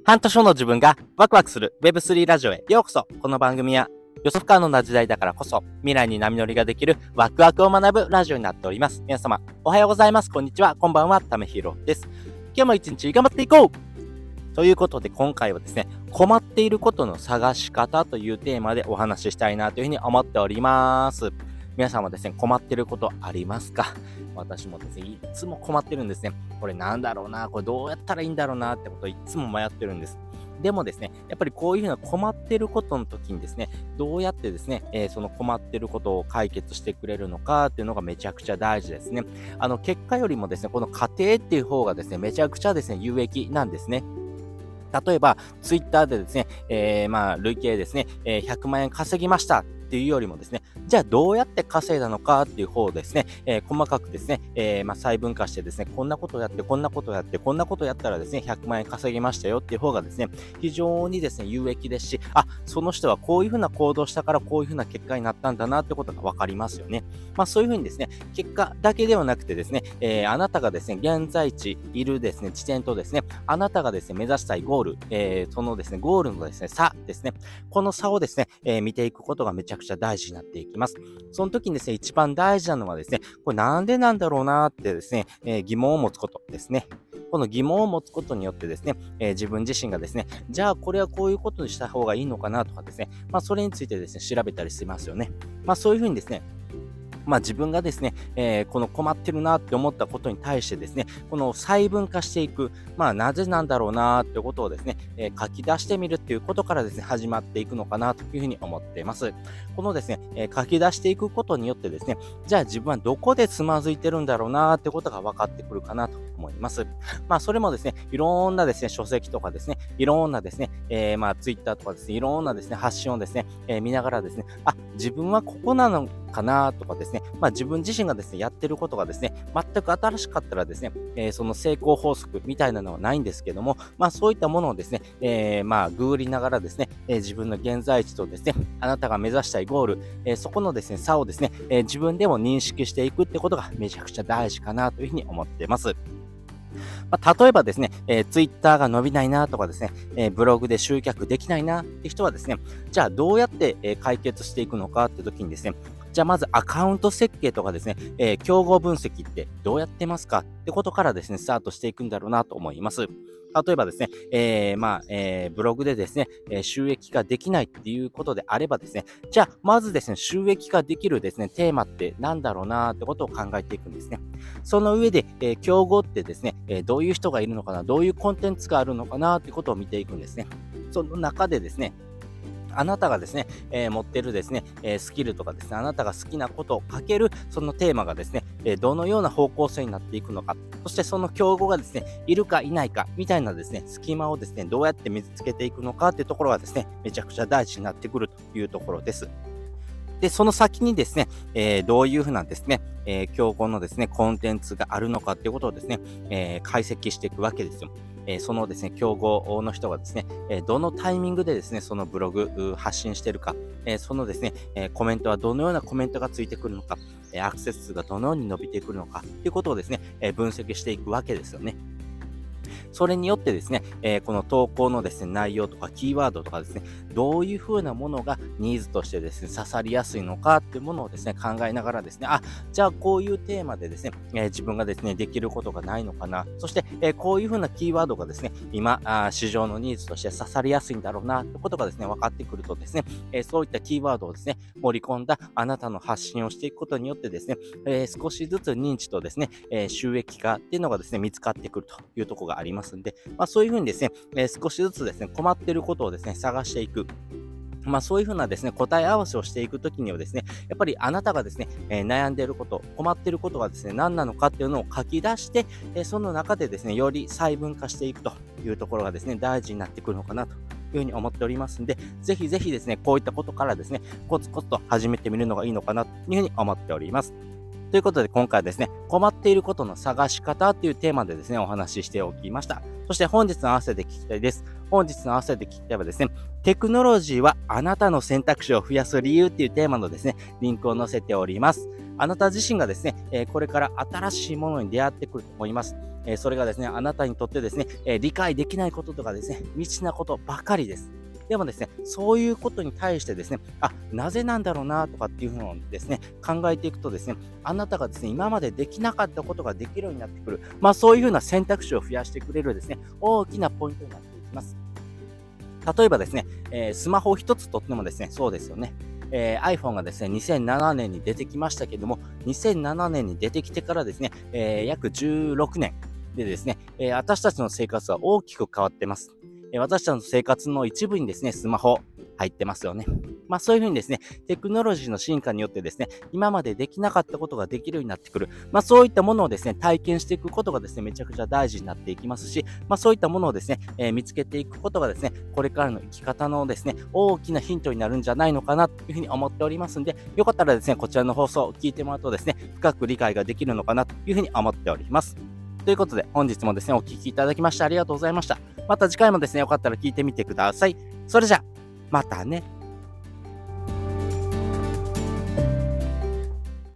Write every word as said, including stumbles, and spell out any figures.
半年後の自分がワクワクする ウェブスリー ラジオへようこそ。この番組は予測不可能な時代だからこそ未来に波乗りができるワクワクを学ぶラジオになっております。皆様おはようございます。こんにちは。こんばんは。ためひろです。今日も一日頑張っていこうということで、今回はですね、困っていることの探し方というテーマでお話ししたいなというふうに思っております。皆さんはですね、困っていることありますか？私もですね、いつも困ってるんですね。これなんだろうな、これどうやったらいいんだろうなってことをいつも迷ってるんです。でもですね、やっぱりこういうふうな困っていることの時にですね、どうやってですね、えーその困っていることを解決してくれるのかっていうのがめちゃくちゃ大事ですね。あの、結果よりもですね、この過程っていう方がですね、めちゃくちゃですね、有益なんですね。例えば、ツイッターでですね、えー、まあ、累計ですね、えーひゃくまん円稼ぎましたっていうよりもですね、じゃあどうやって稼いだのかっていう方をですね、えー細かくですね、えーまあ、細分化してですね、こんなことをやって、こんなことをやって、こんなことをやったらですね、ひゃくまん円稼ぎましたよっていう方がですね、非常にですね、有益ですし、あ、その人はこういうふうな行動したからこういうふうな結果になったんだなってことがわかりますよね。まあ、そういうふうにですね、結果だけではなくてですね、えーあなたがですね、現在地いるですね、地点とですね、あなたがですね、目指したいゴール、えーそのですね、ゴールのですね、差ですね、この差をですね、えー見ていくことがめちゃくちゃ大事になっていきます。その時にですね、一番大事なのはですね、これなんでなんだろうなーってですね、えー疑問を持つことですね。この疑問を持つことによってですね、えー自分自身がですね、じゃあこれはこういうことにした方がいいのかなとかですね、まあそれについてですね、調べたりしますよね。まあそういうふうにですね、まあ自分がですね、えーこの困ってるなって思ったことに対してですね、この細分化していく、まあなぜなんだろうなってことをですね、えー書き出してみるっていうことからですね、始まっていくのかなというふうに思っています。このですね、えー書き出していくことによってですね、じゃあ自分はどこでつまずいてるんだろうなってことが分かってくるかなと思います。まあそれもですね、いろんなですね、書籍とかですね、いろんなですね、えーまあツイッターとかですね、いろんなですね、発信をですね、えー見ながらですね、あ、自分はここなのかなとかですね、まあ自分自身がですね、やってることがですね、全く新しかったらですね、えーその成功法則みたいなのはないんですけども、まあそういったものをですね、えーまあググりながらですね、えー自分の現在地とですね、あなたが目指したいゴール、えーそこのですね、差をですね、えー自分でも認識していくってことがめちゃくちゃ大事かなというふうに思っています。まあ、例えばですね、えー、ツイッターが伸びないなとかですね、えーブログで集客できないなって人はですね、じゃあどうやって、えー解決していくのかって時にですね、じゃあまずアカウント設計とかですね、えー競合分析ってどうやってますかってことからですね、スタートしていくんだろうなと思います。例えばですね、えー、まあ、えー、ブログでですね、えー収益化できないっていうことであればですね、じゃあ、まずですね、収益化できるですね、テーマって何だろうなーってことを考えていくんですね。その上で、えー競合ってですね、えーどういう人がいるのかな、どういうコンテンツがあるのかなってことを見ていくんですね。その中でですね、あなたがですね、えー持ってるですね、えースキルとかですね、あなたが好きなことをかける、そのテーマがですね、えーどのような方向性になっていくのか、そしてその競合がですね、いるかいないか、みたいなですね、隙間をですね、どうやって見つけていくのかっていうところがですね、めちゃくちゃ大事になってくるというところです。で、その先にですね、えーどういうふうなですね、えー競合のですね、コンテンツがあるのかっていうことをですね、えー解析していくわけですよ。えーそのですね、競合の人がですね、えーどのタイミングでですね、そのブログう発信してるか、えーそのですね、えーコメントはどのようなコメントがついてくるのか、えーアクセス数がどのように伸びてくるのかっていうことをですね、えー分析していくわけですよね。それによってですね、えーこの投稿のですね、内容とかキーワードとかですね、どういう風なものがニーズとしてですね、刺さりやすいのかっていうものをですね、考えながらですね、あ、じゃあこういうテーマでですね、えー自分がですね、できることがないのかな。そして、えーこういう風なキーワードがですね、今、あー市場のニーズとして刺さりやすいんだろうなってことがですね、分かってくるとですね、えーそういったキーワードをですね、盛り込んだあなたの発信をしていくことによってですね、えー少しずつ認知とですね、えー収益化っていうのがですね、見つかってくるというところがありますんで、まあそういうふうにですね、えー少しずつですね、困っていることをですね、探していく。まあそういうふうなですね、答え合わせをしていくときにはですね、やっぱりあなたがですね、えー悩んでいること、困っていることがですね、何なのかっていうのを書き出して、えーその中でですね、より細分化していくというところがですね、大事になってくるのかなというふうに思っておりますんで、ぜひぜひですね、こういったことからですね、コツコツと始めてみるのがいいのかなというふうに思っております。ということで今回はですね、困っていることの探し方というテーマでですね、お話ししておきました。そして本日の合わせて聞きたいです。本日の合わせて聞きたいはですね、テクノロジーはあなたの選択肢を増やす理由っていうテーマのですね、リンクを載せております。 あなた自身がですね、えーこれから新しいものに出会ってくると思います。えーそれがですね、あなたにとってですね、えー理解できないこととかですね、未知なことばかりです。でもですね、そういうことに対してですね、あ、なぜなんだろうなとかっていうのをですね、考えていくとですね、あなたがですね、今までできなかったことができるようになってくる。まあそういうふうな選択肢を増やしてくれるですね、大きなポイントになっていきます。例えばですね、えースマホ一つとってもですね、そうですよね。えー iPhone がですね、にせんななねんに出てきましたけども、にせんななねんに出てきてからですね、えー約じゅうろくねんでですね、えー私たちの生活は大きく変わってます。えー私たちの生活の一部にですね、スマホ入ってますよね。まあそういうふうにですね、テクノロジーの進化によってですね、今までできなかったことができるようになってくる。まあそういったものをですね、体験していくことがですね、めちゃくちゃ大事になっていきますし、まあそういったものをですね、えー見つけていくことがですね、これからの生き方のですね、大きなヒントになるんじゃないのかなというふうに思っておりますんで、よかったらですね、こちらの放送を聞いてもらうとですね、深く理解ができるのかなというふうに思っております。ということで、本日もですね、お聞きいただきましてありがとうございました。また次回もですね、よかったら聞いてみてください。それじゃ、またね。